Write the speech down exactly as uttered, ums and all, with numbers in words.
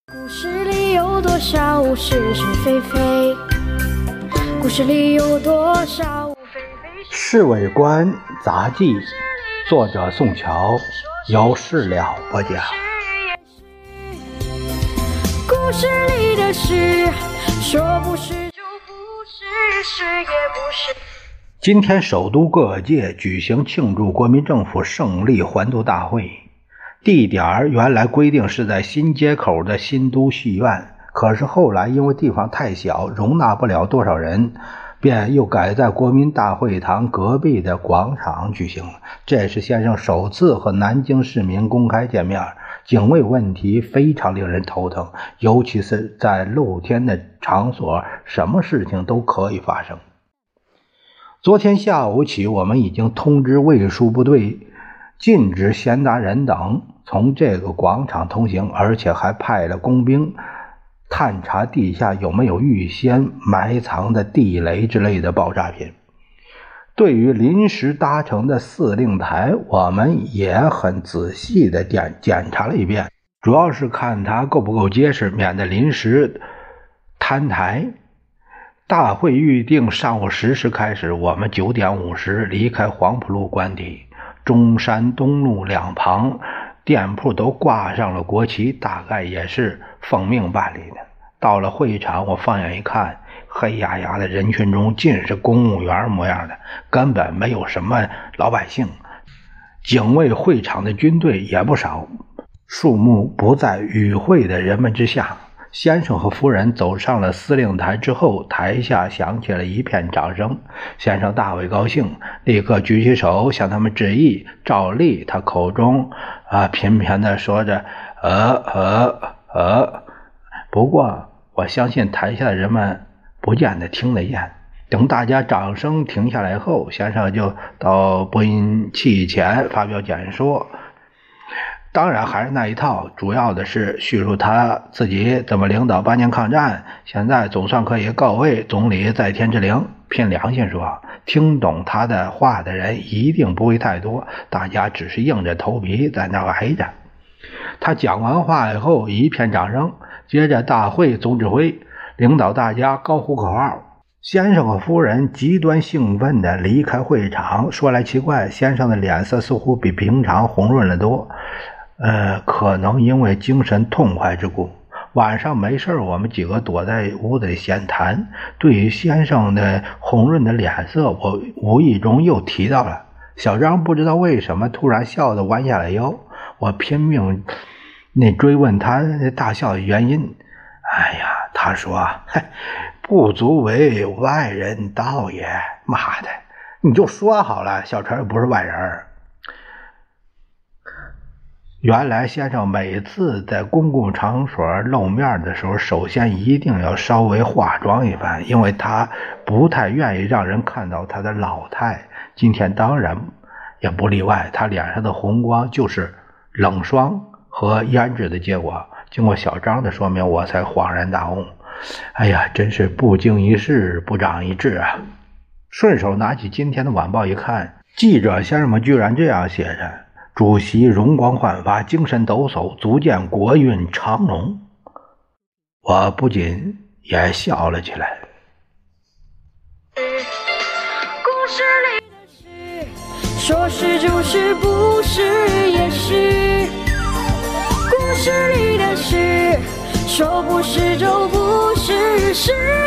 故事里有多少是是非非？故事里有多少非非是为官杂记，作者宋乔，有事了不讲。 故事里的事，说不是就不是，是也不是。 今天首都各界举行庆祝国民政府胜利欢度大会，地点原来规定是在新街口的新都戏院，可是后来因为地方太小，容纳不了多少人，便又改在国民大会堂隔壁的广场举行。这是先生首次和南京市民公开见面，警卫问题非常令人头疼，尤其是在露天的场所，什么事情都可以发生。昨天下午起，我们已经通知卫戍部队禁止闲杂人等从这个广场通行，而且还派了工兵探查地下有没有预先埋藏的地雷之类的爆炸品。对于临时搭成的司令台，我们也很仔细地检检查了一遍，主要是看它够不够结实，免得临时摊台。大会预定上午十时开始，我们九点五十离开黄埔路官邸。中山东路两旁店铺都挂上了国旗，大概也是奉命办理的。到了会场，我放眼一看，黑压压的人群中尽是公务员模样的，根本没有什么老百姓。警卫会场的军队也不少，数目不在与会的人们之下。先生和夫人走上了司令台之后，台下响起了一片掌声。先生大为高兴，立刻举起手向他们致意。照例他口中啊频频地说着呃呃呃，不过我相信台下的人们不见得听得见。等大家掌声停下来后，先生就到播音器前发表讲说，当然还是那一套，主要的是叙述他自己怎么领导八年抗战，现在总算可以告慰总理在天之灵。凭良心说，听懂他的话的人一定不会太多，大家只是硬着头皮在那挨着。他讲完话以后，一片掌声，接着大会总指挥领导大家高呼口号。先生和夫人极端兴奋地离开会场，说来奇怪，先生的脸色似乎比平常红润了多。呃，可能因为精神痛快之故。晚上没事，我们几个躲在屋子里闲谈。对于先生的红润的脸色，我无意中又提到了。小张不知道为什么突然笑得弯下了腰，我拼命那追问他大笑的原因。哎呀，他说，不足为外人道也。妈的，你就说好了，小陈不是外人。原来先生每次在公共场所露面的时候，首先一定要稍微化妆一番，因为他不太愿意让人看到他的老态。今天当然也不例外，他脸上的红光就是冷霜和胭脂的结果。经过小张的说明，我才恍然大悟。哎呀，真是不经一事不长一智啊。顺手拿起今天的晚报一看，记者先生们居然这样写着，主席容光焕发，精神抖擞，足见国运昌隆。我不禁也笑了起来。 故事里的事，说是就是，不是也是。故事里的事，说不是就不是，是